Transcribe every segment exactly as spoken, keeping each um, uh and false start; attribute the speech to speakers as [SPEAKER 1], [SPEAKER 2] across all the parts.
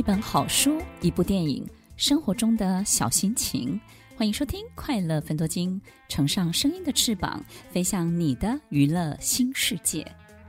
[SPEAKER 1] 一本好书，一部电影，生活中的小心情。欢迎收听快乐分多金，乘上声音的翅膀，飞向你的娱乐新世界。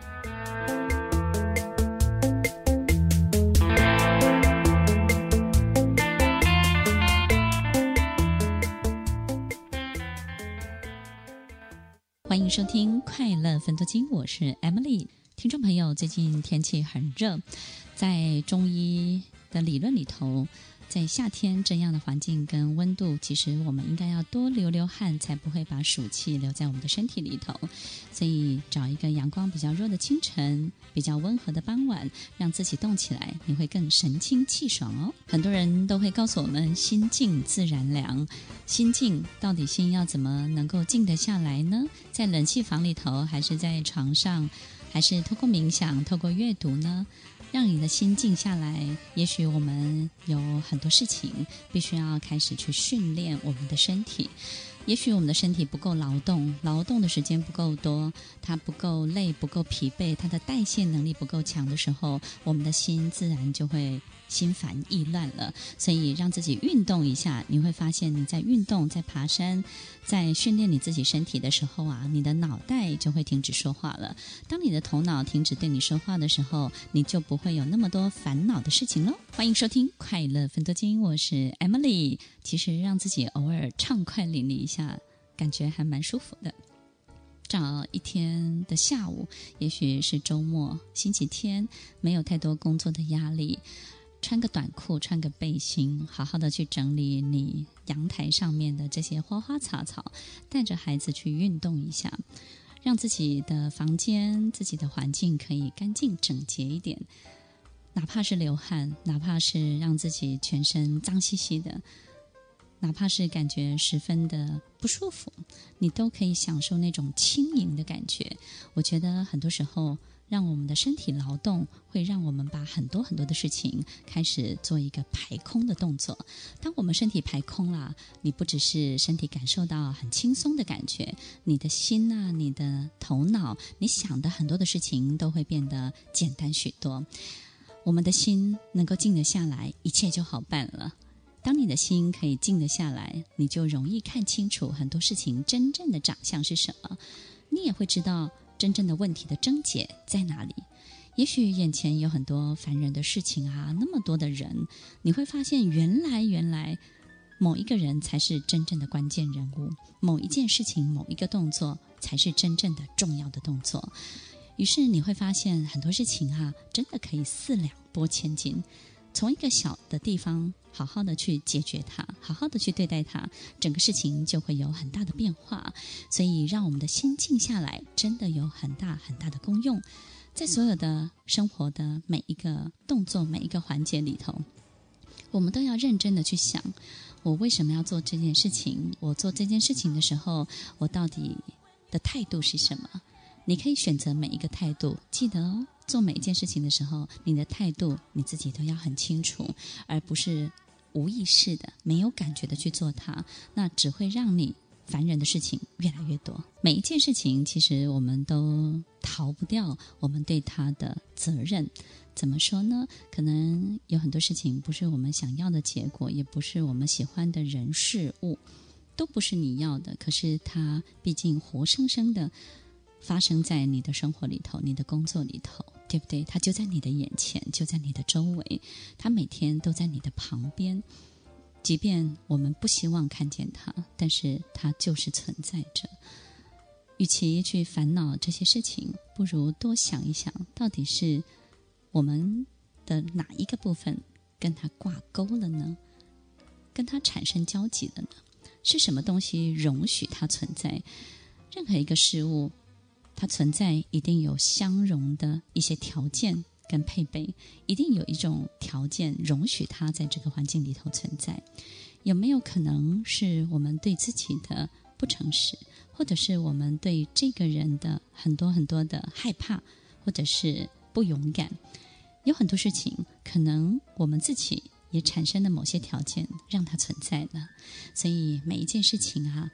[SPEAKER 1] 欢迎收听快乐分多金，我是 Emily。 听众朋友，最近天气很热，在中医的理论里头，在夏天这样的环境跟温度，其实我们应该要多流流汗，才不会把暑气留在我们的身体里头。所以找一个阳光比较弱的清晨，比较温和的傍晚，让自己动起来，你会更神清气爽哦。很多人都会告诉我们，心静自然凉。心静，到底心要怎么能够静得下来呢？在冷气房里头，还是在床上，还是透过冥想，透过阅读呢？让你的心静下来。也许我们有很多事情必须要开始去训练我们的身体。也许我们的身体不够劳动，劳动的时间不够多，它不够累，不够疲惫，它的代谢能力不够强的时候，我们的心自然就会心烦意乱了。所以让自己运动一下，你会发现你在运动，在爬山，在训练你自己身体的时候啊，你的脑袋就会停止说话了。当你的头脑停止对你说话的时候，你就不会有那么多烦恼的事情咯。欢迎收听快乐分多金，我是 Emily。 其实让自己偶尔畅快淋漓一下，感觉还蛮舒服的。找一天的下午，也许是周末，星期天，没有太多工作的压力，穿个短裤，穿个背心，好好的去整理你阳台上面的这些花花草草，带着孩子去运动一下，让自己的房间，自己的环境可以干净整洁一点。哪怕是流汗，哪怕是让自己全身脏兮兮的，哪怕是感觉十分的不舒服，你都可以享受那种轻盈的感觉。我觉得很多时候让我们的身体劳动，会让我们把很多很多的事情开始做一个排空的动作。当我们身体排空了，你不只是身体感受到很轻松的感觉，你的心啊，你的头脑，你想的很多的事情都会变得简单许多。我们的心能够静得下来，一切就好办了。当你的心可以静得下来，你就容易看清楚很多事情真正的长相是什么，你也会知道真正的问题的症结在哪里。也许眼前有很多烦人的事情啊，那么多的人，你会发现原来原来某一个人才是真正的关键人物，某一件事情，某一个动作才是真正的重要的动作。于是你会发现很多事情啊，真的可以四两拨千斤。从一个小的地方好好的去解决它，好好的去对待它，整个事情就会有很大的变化。所以让我们的心静下来，真的有很大很大的功用。在所有的生活的每一个动作，每一个环节里头，我们都要认真的去想，我为什么要做这件事情？我做这件事情的时候，我到底的态度是什么？你可以选择每一个态度，记得哦，做每一件事情的时候，你的态度你自己都要很清楚，而不是无意识的、没有感觉的去做它，那只会让你烦人的事情越来越多。每一件事情其实我们都逃不掉我们对它的责任。怎么说呢？可能有很多事情不是我们想要的结果，也不是我们喜欢的人事物，都不是你要的，可是它毕竟活生生的发生在你的生活里头，你的工作里头，对不对？它就在你的眼前，就在你的周围，它每天都在你的旁边。即便我们不希望看见它，但是它就是存在着。与其去烦恼这些事情，不如多想一想，到底是我们的哪一个部分跟它挂钩了呢？跟它产生交集了呢？是什么东西容许它存在？任何一个事物它存在一定有相容的一些条件跟配备，一定有一种条件容许它在这个环境里头存在。有没有可能是我们对自己的不诚实，或者是我们对这个人的很多很多的害怕，或者是不勇敢？有很多事情可能我们自己也产生了某些条件让它存在了。所以每一件事情啊，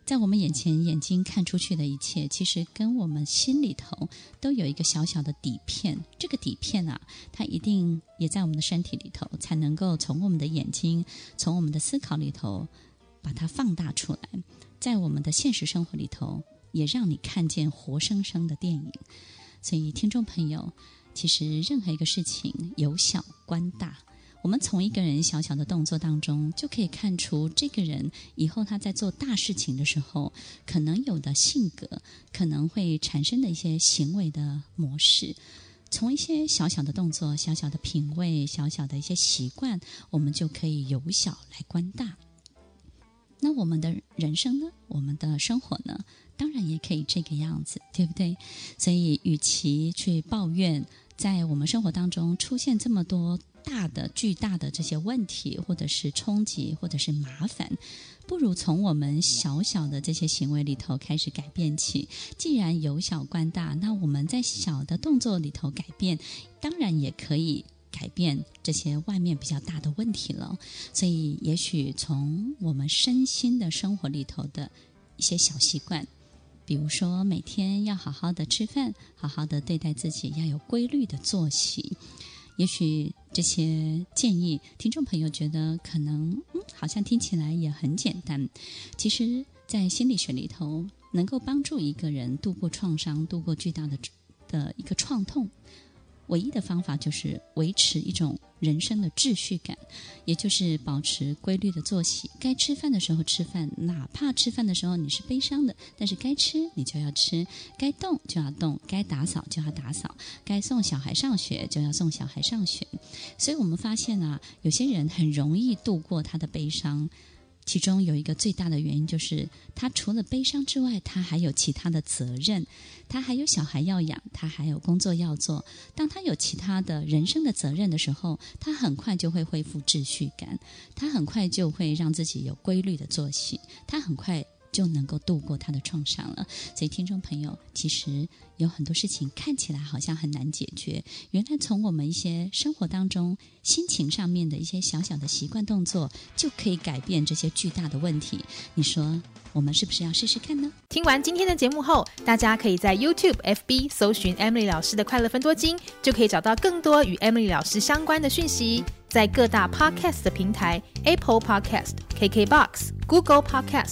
[SPEAKER 1] 在我们眼前眼睛看出去的一切，其实跟我们心里头都有一个小小的底片，这个底片啊，它一定也在我们的身体里头，才能够从我们的眼睛，从我们的思考里头把它放大出来，在我们的现实生活里头也让你看见活生生的电影。所以听众朋友，其实任何一个事情由小观大，我们从一个人小小的动作当中就可以看出这个人以后他在做大事情的时候可能有的性格，可能会产生的一些行为的模式。从一些小小的动作，小小的品味，小小的一些习惯，我们就可以由小来观大。那我们的人生呢，我们的生活呢，当然也可以这个样子，对不对？所以与其去抱怨在我们生活当中出现这么多大的巨大的这些问题，或者是冲击，或者是麻烦，不如从我们小小的这些行为里头开始改变起。既然由小观大，那我们在小的动作里头改变，当然也可以改变这些外面比较大的问题了。所以也许从我们身心的生活里头的一些小习惯，比如说每天要好好的吃饭，好好的对待自己，要有规律的作息。也许这些建议听众朋友觉得可能嗯，好像听起来也很简单，其实在心理学里头能够帮助一个人度过创伤，度过巨大的的一个创痛，唯一的方法就是维持一种人生的秩序感，也就是保持规律的作息。该吃饭的时候吃饭，哪怕吃饭的时候你是悲伤的，但是该吃你就要吃，该动就要动，该打扫就要打扫，该送小孩上学就要送小孩上学。所以我们发现啊，有些人很容易度过他的悲伤，其中有一个最大的原因就是他除了悲伤之外，他还有其他的责任，他还有小孩要养，他还有工作要做。当他有其他的人生的责任的时候，他很快就会恢复秩序感，他很快就会让自己有规律的作息，他很快就能够度过他的创伤了。所以听众朋友，其实有很多事情看起来好像很难解决，原来从我们一些生活当中心情上面的一些小小的习惯动作就可以改变这些巨大的问题。你说我们是不是要试试看呢？
[SPEAKER 2] 听完今天的节目后，大家可以在 YouTube、F B 搜寻 Emily 老师的快乐分多金，就可以找到更多与 Emily 老师相关的讯息。在各大 Podcast 的平台 Apple Podcast、K K B O X、Google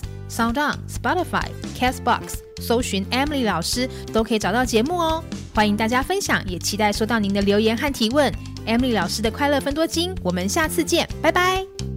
[SPEAKER 2] Podcast、SoundOn、Spotify、Castbox 搜寻 Emily 老师都可以找到节目哦。欢迎大家分享，也期待收到您的留言和提问。Emily 老师的快乐分多金，我们下次见，拜拜。